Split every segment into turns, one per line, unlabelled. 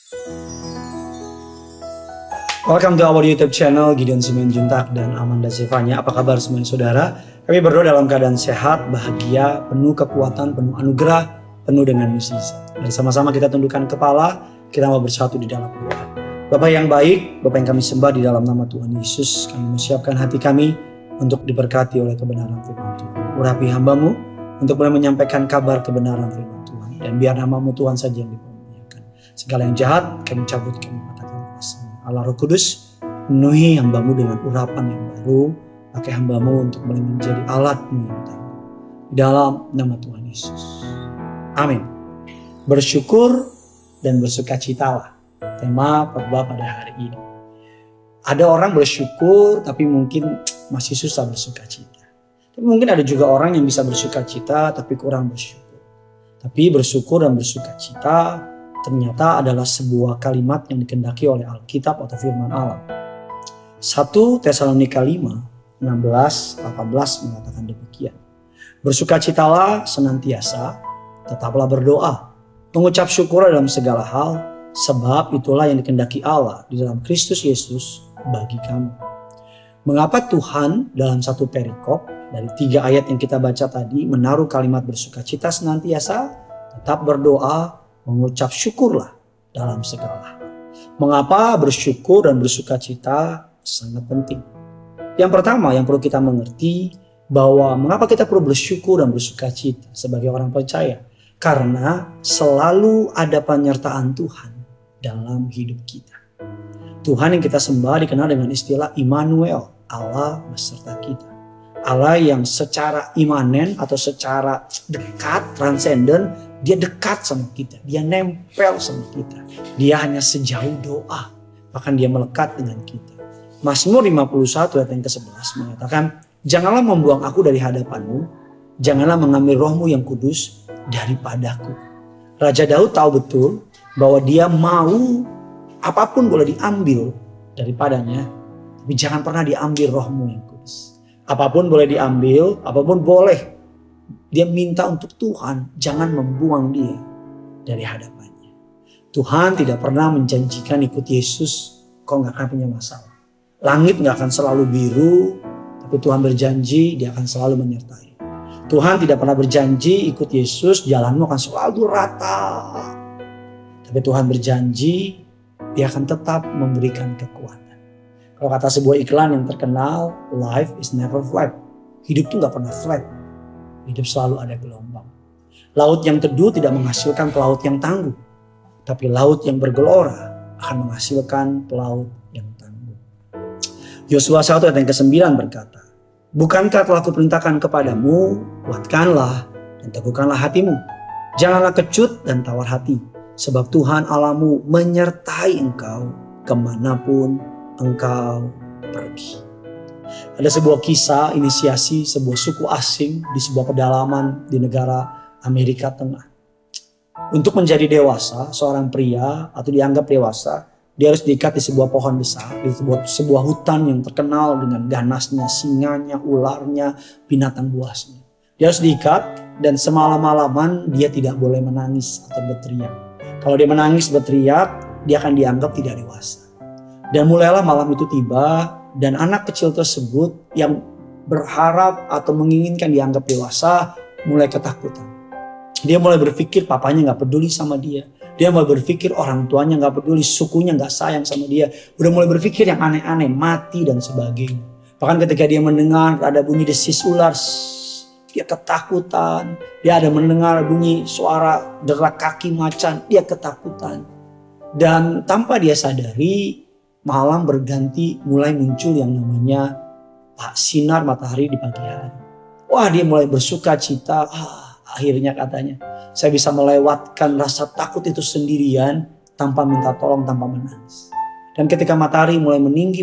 Welcome to our YouTube channel, Gideon Simanjuntak dan Amanda Zevanya. Apa kabar semuanya saudara? Kami berdoa dalam keadaan sehat, bahagia, penuh kekuatan, penuh anugerah, penuh dengan mukjizat. Dan sama-sama kita tundukkan kepala, kita mau bersatu di dalam doa. Bapa yang baik, Bapa yang kami sembah di dalam nama Tuhan Yesus, kami menyiapkan hati kami untuk diberkati oleh kebenaran firman Tuhan. Urapi hamba-Mu untuk boleh menyampaikan kabar kebenaran firman Tuhan. Dan biar nama-Mu Tuhan saja yang dipermuliakan. Segala yang jahat kami cabut, kami patahkan kuasa. Allah Roh Kudus, penuhi hamba-Mu dengan urapan yang baru, pakai hamba-Mu untuk boleh menjadi alat menyertai. Di dalam nama Tuhan Yesus. Amin. Bersyukur dan bersukacitalah. Tema khotbah pada hari ini. Ada orang bersyukur tapi mungkin masih susah bersukacita. Tapi mungkin ada juga orang yang bisa bersukacita tapi kurang bersyukur. Tapi bersyukur dan bersukacita ternyata adalah sebuah kalimat yang dikehendaki oleh Alkitab atau firman Allah. 1 Tesalonika 5, 16, 18 mengatakan demikian. Bersukacitalah senantiasa, tetaplah berdoa, mengucap syukur dalam segala hal, sebab itulah yang dikehendaki Allah di dalam Kristus Yesus bagi kamu. Mengapa Tuhan dalam satu perikop dari 3 ayat yang kita baca tadi menaruh kalimat bersukacita senantiasa, tetap berdoa, mengucap syukurlah dalam segala hal. Mengapa bersyukur dan bersukacita sangat penting? Yang pertama yang perlu kita mengerti bahwa mengapa kita perlu bersyukur dan bersukacita sebagai orang percaya? Karena selalu ada penyertaan Tuhan dalam hidup kita. Tuhan yang kita sembah dikenal dengan istilah Immanuel, Allah beserta kita. Allah yang secara imanen atau secara dekat, transenden, dia dekat sama kita. Dia nempel sama kita. Dia hanya sejauh doa. Bahkan dia melekat dengan kita. Mazmur 51 ayat yang ke-11 mengatakan, janganlah membuang aku dari hadapanmu. Janganlah mengambil rohmu yang kudus daripadaku. Raja Daud tahu betul bahwa dia mau apapun boleh diambil daripadanya. Tapi jangan pernah diambil rohmu yang kudus. Apapun boleh diambil, apapun boleh. Dia minta untuk Tuhan jangan membuang dia dari hadapannya. Tuhan tidak pernah menjanjikan ikut Yesus kau gak akan punya masalah. Langit gak akan selalu biru, tapi Tuhan berjanji dia akan selalu menyertai. Tuhan tidak pernah berjanji ikut Yesus jalanmu akan selalu rata. Tapi Tuhan berjanji dia akan tetap memberikan kekuatan. Kalau kata sebuah iklan yang terkenal, life is never flat. Hidup tuh gak pernah flat. Hidup selalu ada gelombang. Laut yang teduh tidak menghasilkan pelaut yang tangguh. Tapi laut yang bergelora akan menghasilkan pelaut yang tangguh. Yosua 1 ayat yang ke-9 berkata, bukankah telah kuperintahkan kepadamu, kuatkanlah dan teguhkanlah hatimu. Janganlah kecut dan tawar hati. Sebab Tuhan Allahmu menyertai engkau kemanapun engkau pergi. Ada sebuah kisah inisiasi sebuah suku asing di sebuah pedalaman di negara Amerika Tengah. Untuk menjadi dewasa, seorang pria atau dianggap dewasa, dia harus diikat di sebuah pohon besar, di sebuah hutan yang terkenal dengan ganasnya, singanya, ularnya, binatang buasnya. Dia harus diikat dan semalam-malaman dia tidak boleh menangis atau berteriak. Kalau dia menangis berteriak, dia akan dianggap tidak dewasa. Dan mulailah malam itu tiba dan anak kecil tersebut yang berharap atau menginginkan dianggap dewasa mulai ketakutan. Dia mulai berpikir papanya gak peduli sama dia. Dia mulai berpikir orang tuanya gak peduli, sukunya gak sayang sama dia. Udah mulai berpikir yang aneh-aneh, mati dan sebagainya. Bahkan ketika dia mendengar ada bunyi desis ular, dia ketakutan. Dia ada mendengar bunyi suara derak kaki macan, dia ketakutan. Dan tanpa dia sadari, malam berganti mulai muncul yang namanya sinar matahari di pagi hari. Wah, dia mulai bersuka cita. Akhirnya katanya, saya bisa melewatkan rasa takut itu sendirian tanpa minta tolong, tanpa menangis. Dan ketika matahari mulai meninggi,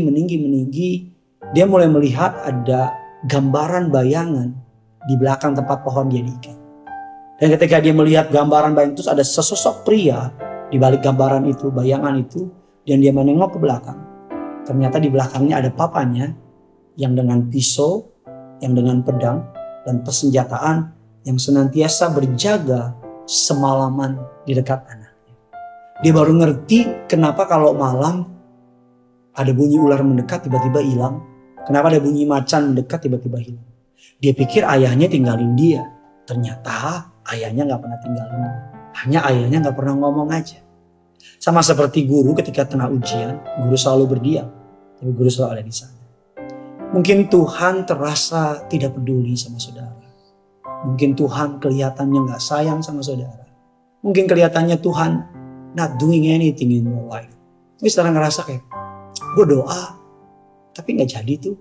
dia mulai melihat ada gambaran bayangan di belakang tempat pohon dia diikat. Dan ketika dia melihat gambaran bayangan itu ada sesosok pria di balik gambaran itu, bayangan itu. Dan dia menengok ke belakang. Ternyata di belakangnya ada papanya yang dengan pisau, yang dengan pedang dan persenjataan yang senantiasa berjaga semalaman di dekat anaknya. Dia baru ngerti kenapa kalau malam ada bunyi ular mendekat tiba-tiba hilang. Kenapa ada bunyi macan mendekat tiba-tiba hilang. Dia pikir ayahnya tinggalin dia. Ternyata ayahnya gak pernah tinggalin dia. Hanya ayahnya gak pernah ngomong aja. Sama seperti guru ketika tengah ujian, guru selalu berdiam. Tapi guru selalu ada di sana. Mungkin Tuhan terasa tidak peduli sama saudara. Mungkin Tuhan kelihatannya gak sayang sama saudara. Mungkin kelihatannya Tuhan not doing anything in your life. Tapi saudara ngerasa kayak, gue doa, tapi gak jadi tuh.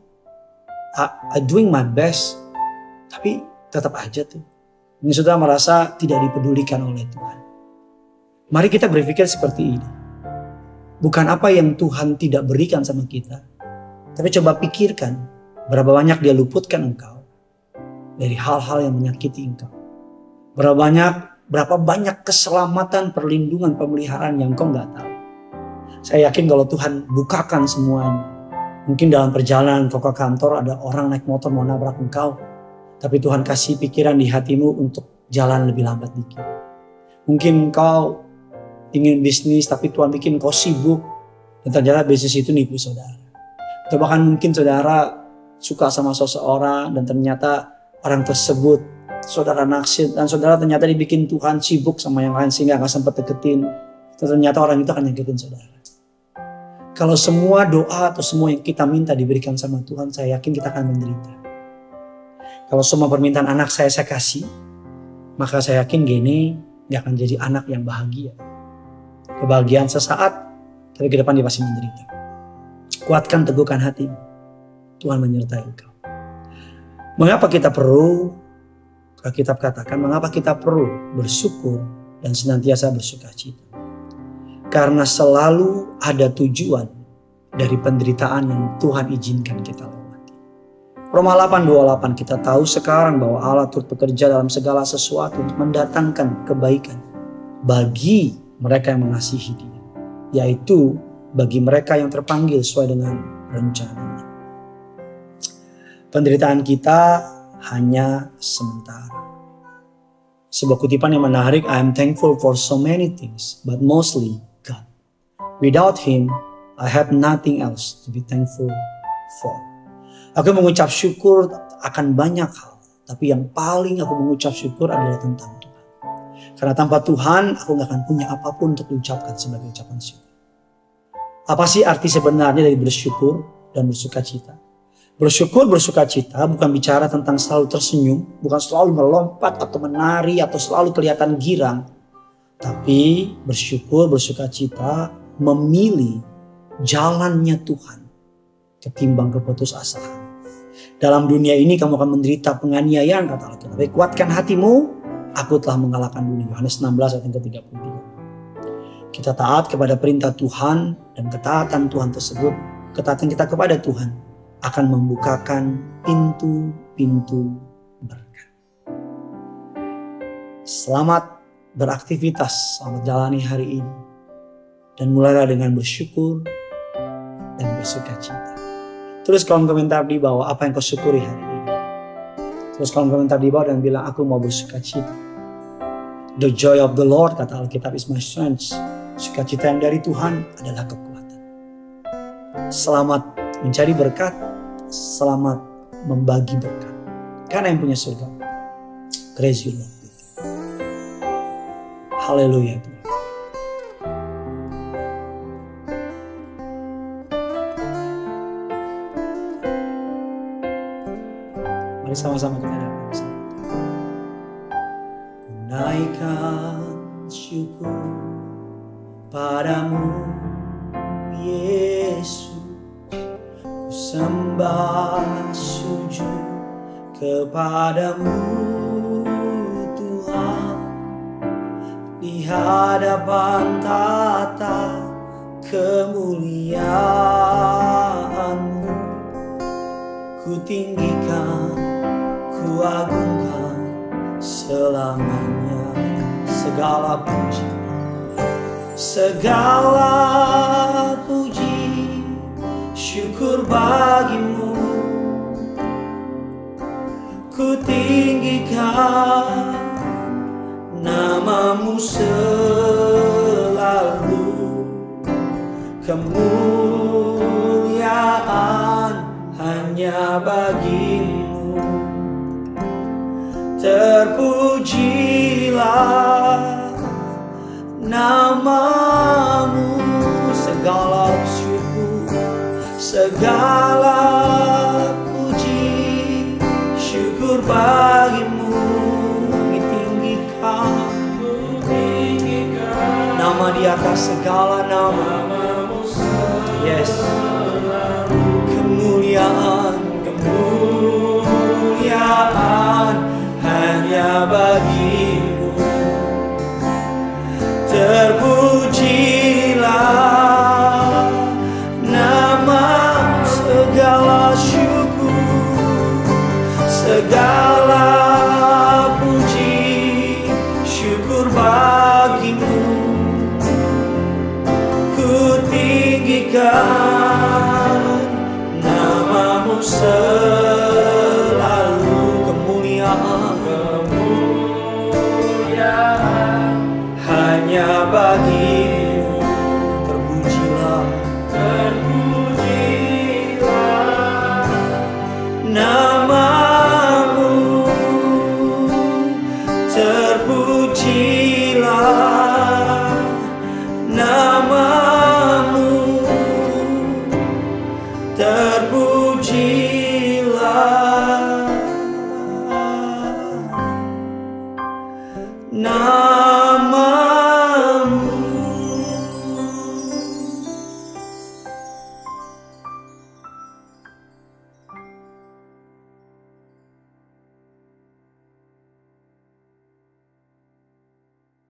I doing my best, tapi tetap aja tuh. Ini saudara merasa tidak dipedulikan oleh Tuhan. Mari kita berpikir seperti ini. Bukan apa yang Tuhan tidak berikan sama kita. Tapi coba pikirkan berapa banyak dia luputkan engkau dari hal-hal yang menyakiti engkau. Berapa banyak keselamatan, perlindungan, pemeliharaan yang engkau gak tahu. Saya yakin kalau Tuhan bukakan semuanya. Mungkin dalam perjalanan kau ke kantor ada orang naik motor mau nabrak engkau. Tapi Tuhan kasih pikiran di hatimu untuk jalan lebih lambat dikit. Mungkin kau ingin bisnis tapi Tuhan bikin kau sibuk. Dan ternyata bisnis itu nipu saudara. Atau bahkan mungkin saudara suka sama seseorang dan ternyata orang tersebut saudara naksir. Dan saudara ternyata dibikin Tuhan sibuk sama yang lain sehingga gak sempat deketin. Dan ternyata orang itu akan nyakitin saudara. Kalau semua doa atau semua yang kita minta diberikan sama Tuhan, saya yakin kita akan menderita. Kalau semua permintaan anak saya kasih, maka saya yakin gini gak akan jadi anak yang bahagia. Kebahagiaan sesaat, tapi ke depan dia pasti menderita. Kuatkan, teguhkan hatimu. Tuhan menyertai engkau. Mengapa kita perlu, Alkitab katakan, mengapa kita perlu bersyukur dan senantiasa bersukacita? Karena selalu ada tujuan dari penderitaan yang Tuhan izinkan kita lewati. Roma 8:28 kita tahu sekarang bahwa Allah turut bekerja dalam segala sesuatu untuk mendatangkan kebaikan bagi mereka yang mengasihi Dia, yaitu bagi mereka yang terpanggil sesuai dengan rencananya. Penderitaan kita hanya sementara. Sebuah kutipan yang menarik, I am thankful for so many things, but mostly God. Without Him, I have nothing else to be thankful for. Aku mengucap syukur akan banyak hal, tapi yang paling aku mengucap syukur adalah tentang Tuhan. Karena tanpa Tuhan, aku gak akan punya apapun untuk diucapkan sebagai ucapan syukur. Apa sih arti sebenarnya dari bersyukur dan bersukacita? Bersyukur, bersukacita bukan bicara tentang selalu tersenyum, bukan selalu melompat atau menari atau selalu kelihatan girang. Tapi bersyukur, bersukacita memilih jalannya Tuhan ketimbang keputusasaan. Dalam dunia ini kamu akan menderita penganiayaan kata Alkitab. Tapi kuatkan hatimu, aku telah mengalahkan dunia. Yohanes 16 ayat yang ke-33. Kita taat kepada perintah Tuhan dan ketaatan Tuhan tersebut, ketaatan kita kepada Tuhan akan membukakan pintu-pintu berkat. Selamat beraktivitas, selamat jalani hari ini. Dan mulailah dengan bersyukur dan bersukacita. Tulis kolom komentar di bawah apa yang kau syukuri hari ini. Tulis kolom komentar di bawah dan bilang aku mau bersukacita. The joy of the Lord kata Alkitab is my strength. Sukacita yang dari Tuhan adalah kekuatan. Selamat mencari berkat, selamat membagi berkat. Karena yang punya surga, praise you Lord. Haleluya Tuhan. Mari sama-sama kita datang bersama. Naikkan syukur padamu Yesus, ku sembah sujud kepadamu Tuhan, di hadapan tata kemuliaan-Mu ku tinggikan, ku agungkan selamanya. Segala puji, segala puji, syukur bagimu. Ku tinggikan namamu selalu. hanya bagimu. Terpujilah namamu, segala syukur, segala puji, syukur bagimu. Ditinggikan nama di atas segala nama. Yes, kemuliaan, kemuliaan hanya bagimu. Terpujilah nama, segala syukur, segala puji, syukur bagimu. Ku tinggikan namamu selalu. Kemuliaan, kemuliaan hanya bagimu. Terpujilah, terpujilah namamu, terpujilah namamu, terpujilah namamu.